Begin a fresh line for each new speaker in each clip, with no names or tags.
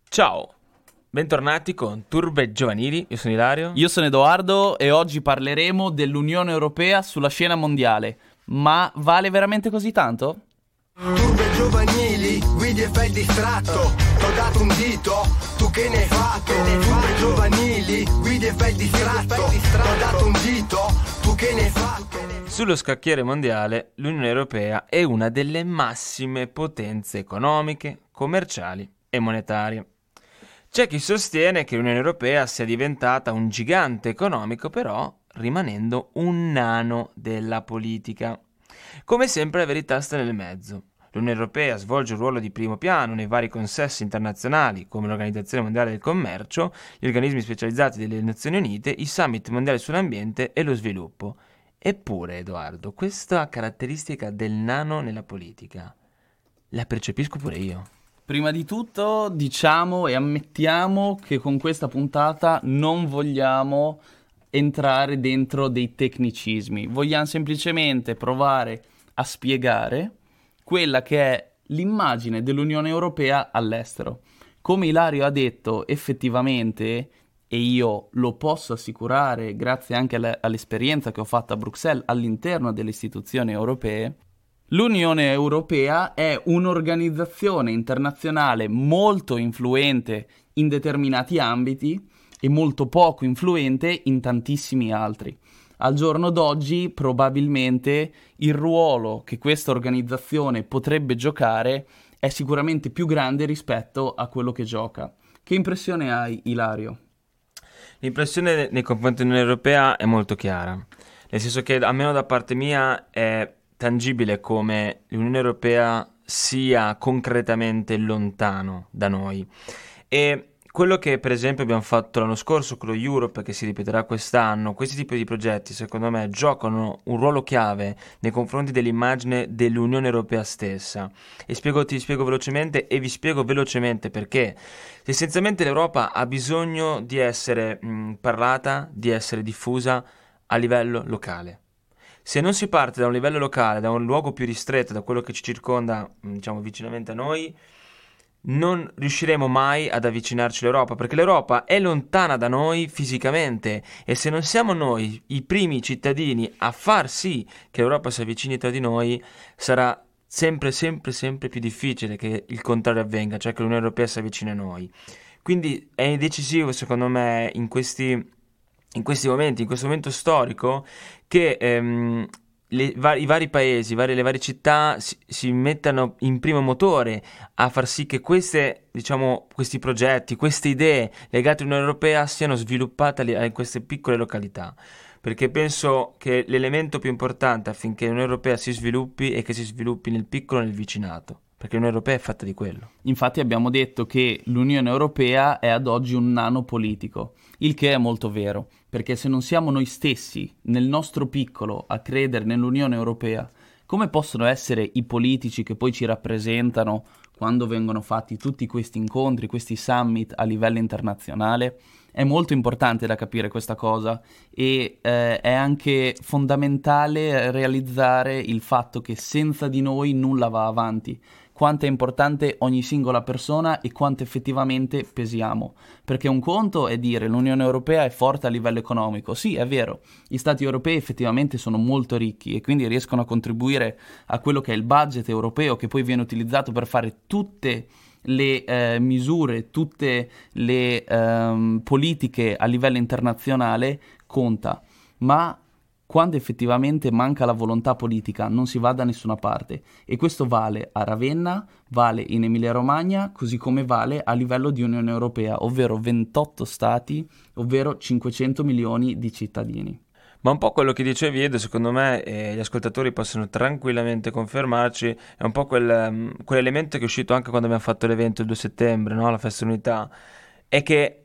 Ciao, bentornati con Turbe Giovanili, io sono Ilario.
Io sono Edoardo e oggi parleremo dell'Unione Europea sulla scena mondiale. Ma vale veramente così tanto?
Turbe giovanili, guidi e fai il distratto. T'ho dato un dito, tu che ne hai fatto? Turbe giovanili, guidi e fai il distratto. T'ho dato un dito, tu che ne hai fatto?
Sullo scacchiere mondiale, l'Unione Europea è una delle massime potenze economiche, commerciali e monetarie. C'è chi sostiene che l'Unione Europea sia diventata un gigante economico, però rimanendo un nano della politica. Come sempre la verità sta nel mezzo. L'Unione Europea svolge un ruolo di primo piano nei vari consessi internazionali come l'Organizzazione Mondiale del Commercio, gli organismi specializzati delle Nazioni Unite, i summit mondiali sull'ambiente e lo sviluppo. Eppure, Edoardo, questa caratteristica del nano nella politica la percepisco pure io.
Prima di tutto diciamo e ammettiamo che con questa puntata non vogliamo entrare dentro dei tecnicismi. Vogliamo semplicemente provare a spiegare quella che è l'immagine dell'Unione Europea all'estero. Come Ilario ha detto, effettivamente, e io lo posso assicurare grazie anche all'esperienza che ho fatto a Bruxelles all'interno delle istituzioni europee, l'Unione Europea è un'organizzazione internazionale molto influente in determinati ambiti e molto poco influente in tantissimi altri. Al giorno d'oggi probabilmente il ruolo che questa organizzazione potrebbe giocare è sicuramente più grande rispetto a quello che gioca. Che impressione hai, Ilario?
L'impressione nei confronti dell'Unione Europea è molto chiara, nel senso che almeno da parte mia è tangibile come l'Unione Europea sia concretamente lontano da noi. E quello che per esempio abbiamo fatto l'anno scorso con lo Europe, che si ripeterà quest'anno, questi tipi di progetti secondo me giocano un ruolo chiave nei confronti dell'immagine dell'Unione Europea stessa. E ti spiego velocemente e vi spiego velocemente perché. Essenzialmente l'Europa ha bisogno di essere parlata, di essere diffusa a livello locale. Se non si parte da un livello locale, da un luogo più ristretto, da quello che ci circonda, diciamo, vicinamente a noi, non riusciremo mai ad avvicinarci all'Europa, perché l'Europa è lontana da noi fisicamente e se non siamo noi i primi cittadini a far sì che l'Europa si avvicini tra di noi, sarà sempre più difficile che il contrario avvenga, cioè che l'Unione Europea si avvicini a noi. Quindi è decisivo, secondo me, in questi momenti, in questo momento storico, che i vari paesi, le varie città si mettano in primo motore a far sì che questi progetti, queste idee legate all'Unione Europea siano sviluppate in queste piccole località. Perché penso che l'elemento più importante affinché l'Unione Europea si sviluppi è che si sviluppi nel piccolo e nel vicinato. Perché l'Unione Europea è fatta di quello.
Infatti abbiamo detto che l'Unione Europea è ad oggi un nano politico, il che è molto vero, perché se non siamo noi stessi, nel nostro piccolo, a credere nell'Unione Europea, come possono essere i politici che poi ci rappresentano quando vengono fatti tutti questi incontri, questi summit a livello internazionale? È molto importante da capire questa cosa e è anche fondamentale realizzare il fatto che senza di noi nulla va avanti. Quanto è importante ogni singola persona e quanto effettivamente pesiamo. Perché un conto è dire l'Unione Europea è forte a livello economico. Sì, è vero, gli stati europei effettivamente sono molto ricchi e quindi riescono a contribuire a quello che è il budget europeo che poi viene utilizzato per fare tutte le misure, tutte le politiche a livello internazionale conta. Ma quando effettivamente manca la volontà politica non si va da nessuna parte e questo vale a Ravenna, vale in Emilia-Romagna, così come vale a livello di Unione Europea, ovvero 28 stati, ovvero 500 milioni di cittadini.
Ma un po' quello che dicevi Edo, secondo me, gli ascoltatori possono tranquillamente confermarci, è un po' quell'elemento che è uscito anche quando abbiamo fatto l'evento il 2 settembre, no? La Festa Unità, è che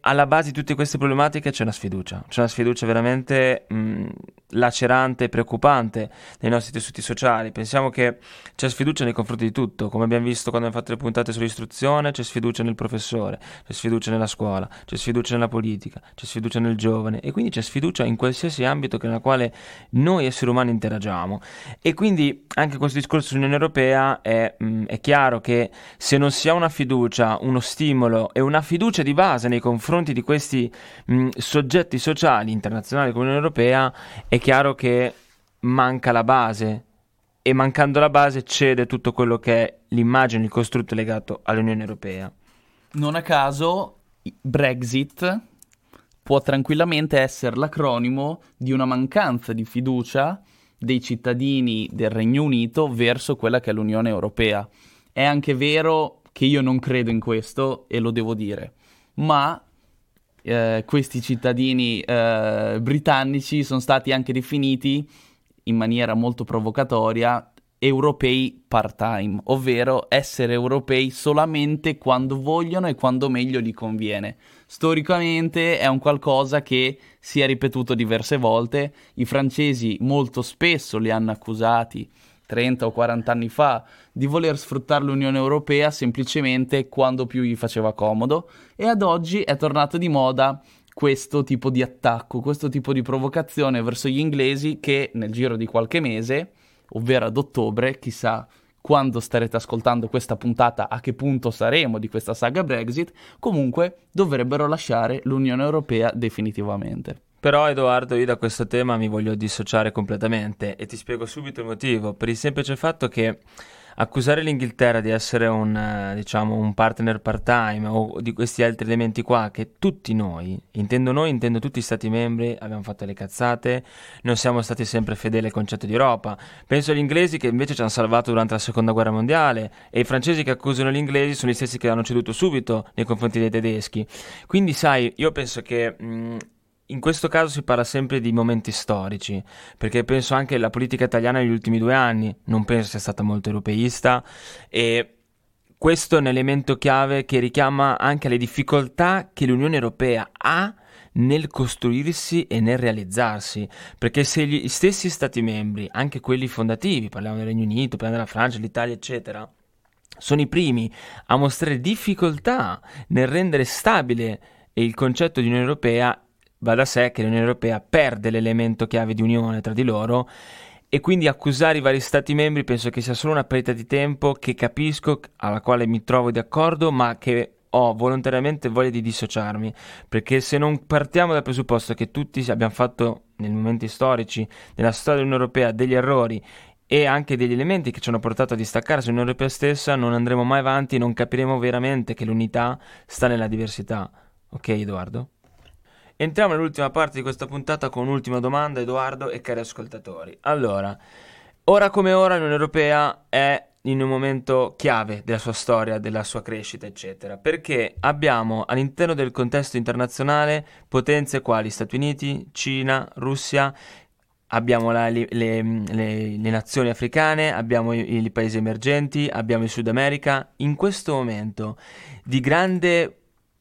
alla base di tutte queste problematiche c'è una sfiducia veramente lacerante e preoccupante nei nostri tessuti sociali. Pensiamo che c'è sfiducia nei confronti di tutto, come abbiamo visto quando abbiamo fatto le puntate sull'istruzione, c'è sfiducia nel professore, c'è sfiducia nella scuola, c'è sfiducia nella politica, c'è sfiducia nel giovane, e quindi c'è sfiducia in qualsiasi ambito nella quale noi esseri umani interagiamo. E quindi anche questo discorso sull'Unione Europea è chiaro che se non si ha una fiducia, uno stimolo e una fiducia di base nei confronti di questi soggetti sociali internazionali come l'Unione Europea, è chiaro che manca la base, e mancando la base cede tutto quello che è l'immagine, il costrutto legato all'Unione Europea.
Non a caso Brexit può tranquillamente essere l'acronimo di una mancanza di fiducia dei cittadini del Regno Unito verso quella che è l'Unione Europea. È anche vero che io non credo in questo, e lo devo dire, ma questi cittadini britannici sono stati anche definiti in maniera molto provocatoria europei part-time, ovvero essere europei solamente quando vogliono e quando meglio gli conviene. Storicamente è un qualcosa che si è ripetuto diverse volte. I francesi molto spesso li hanno accusati 30 o 40 anni fa di voler sfruttare l'Unione Europea semplicemente quando più gli faceva comodo, e ad oggi è tornato di moda questo tipo di attacco, questo tipo di provocazione verso gli inglesi, che nel giro di qualche mese, ovvero ad ottobre, chissà quando starete ascoltando questa puntata, a che punto saremo di questa saga Brexit, comunque dovrebbero lasciare l'Unione Europea definitivamente.
Però Edoardo, io da questo tema mi voglio dissociare completamente, e ti spiego subito il motivo, per il semplice fatto che accusare l'Inghilterra di essere un partner part-time o di questi altri elementi qua, che tutti noi, intendo tutti gli stati membri, abbiamo fatto le cazzate, non siamo stati sempre fedeli al concetto di Europa. Penso agli inglesi che invece ci hanno salvato durante la seconda guerra mondiale, e i francesi che accusano gli inglesi sono gli stessi che hanno ceduto subito nei confronti dei tedeschi. Quindi sai, io penso che in questo caso si parla sempre di momenti storici, perché penso anche alla politica italiana negli ultimi 2 anni non penso sia stata molto europeista, e questo è un elemento chiave che richiama anche alle difficoltà che l'Unione Europea ha nel costruirsi e nel realizzarsi, perché se gli stessi stati membri, anche quelli fondativi, parliamo del Regno Unito, parliamo della Francia, l'Italia eccetera, sono i primi a mostrare difficoltà nel rendere stabile il concetto di Unione Europea, va da sé che l'Unione Europea perde l'elemento chiave di unione tra di loro, e quindi accusare i vari stati membri penso che sia solo una perdita di tempo, che capisco, alla quale mi trovo di accordo, ma che ho volontariamente voglia di dissociarmi, perché se non partiamo dal presupposto che tutti abbiamo fatto nei momenti storici nella storia dell'Unione Europea degli errori e anche degli elementi che ci hanno portato a distaccarsi dall'Unione Europea stessa, non andremo mai avanti, non capiremo veramente che l'unità sta nella diversità. Ok, Edoardo? Entriamo nell'ultima parte di questa puntata con un'ultima domanda, Edoardo e cari ascoltatori. Allora, ora come ora l'Unione Europea è in un momento chiave della sua storia, della sua crescita, eccetera, perché abbiamo all'interno del contesto internazionale potenze quali Stati Uniti, Cina, Russia, abbiamo le nazioni africane, abbiamo i paesi emergenti, abbiamo il Sud America. In questo momento di grande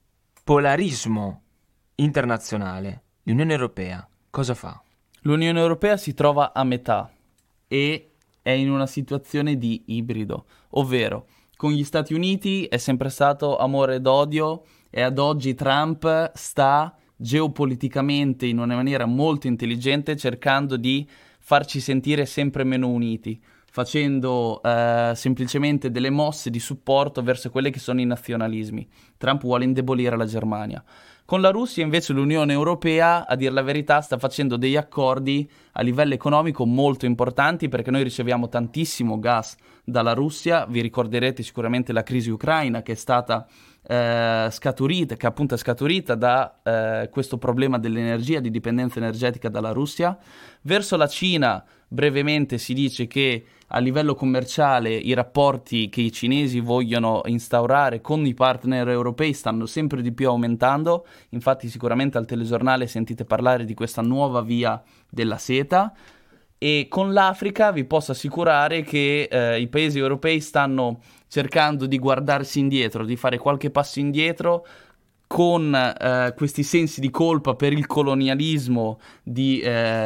polarismo internazionale, l'Unione Europea cosa fa?
L'Unione Europea si trova a metà e è in una situazione di ibrido, ovvero con gli Stati Uniti è sempre stato amore ed odio, e ad oggi Trump sta geopoliticamente in una maniera molto intelligente cercando di farci sentire sempre meno uniti, facendo semplicemente delle mosse di supporto verso quelli che sono i nazionalismi. Trump vuole indebolire la Germania. Con la Russia invece l'Unione Europea, a dir la verità, sta facendo degli accordi a livello economico molto importanti, perché noi riceviamo tantissimo gas dalla Russia. Vi ricorderete sicuramente la crisi ucraina che è stata scaturita, che appunto è scaturita da questo problema dell'energia, di dipendenza energetica dalla Russia. Verso la Cina brevemente si dice che a livello commerciale i rapporti che i cinesi vogliono instaurare con i partner europei stanno sempre di più aumentando. Infatti sicuramente al telegiornale sentite parlare di questa nuova via della seta. E con l'Africa vi posso assicurare che i paesi europei stanno cercando di guardarsi indietro, di fare qualche passo indietro, con questi sensi di colpa per il colonialismo di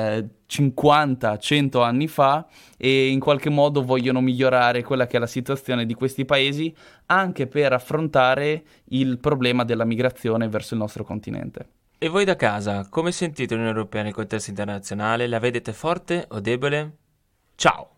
50-100 anni fa, e in qualche modo vogliono migliorare quella che è la situazione di questi paesi anche per affrontare il problema della migrazione verso il nostro continente.
E voi da casa, come sentite l'Unione Europea nel contesto internazionale? La vedete forte o debole? Ciao!